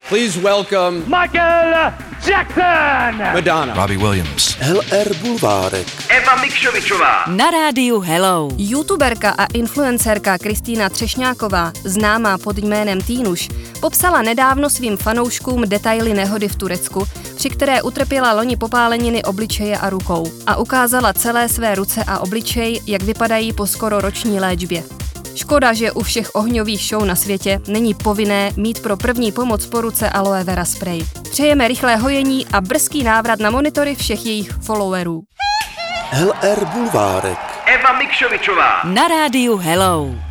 Please welcome Michael Jackson, Madonna, Robbie Williams, LR Bulvárek, Eva Mikšovičová. Na rádiu Hello. YouTuberka a influencerka Kristýna Třešňáková, známá pod jménem Týnuš, popsala nedávno svým fanouškům detaily nehody v Turecku, při které utrpěla loni popáleniny obličeje a rukou a ukázala celé své ruce a obličej, jak vypadají po skoro roční léčbě. Škoda, že u všech ohňových show na světě není povinné mít pro první pomoc po ruce aloe vera spray. Přejeme rychlé hojení a brzký návrat na monitory všech jejich followerů. LR Bulvárek. Eva Mikšovičová. Na rádiu Hello.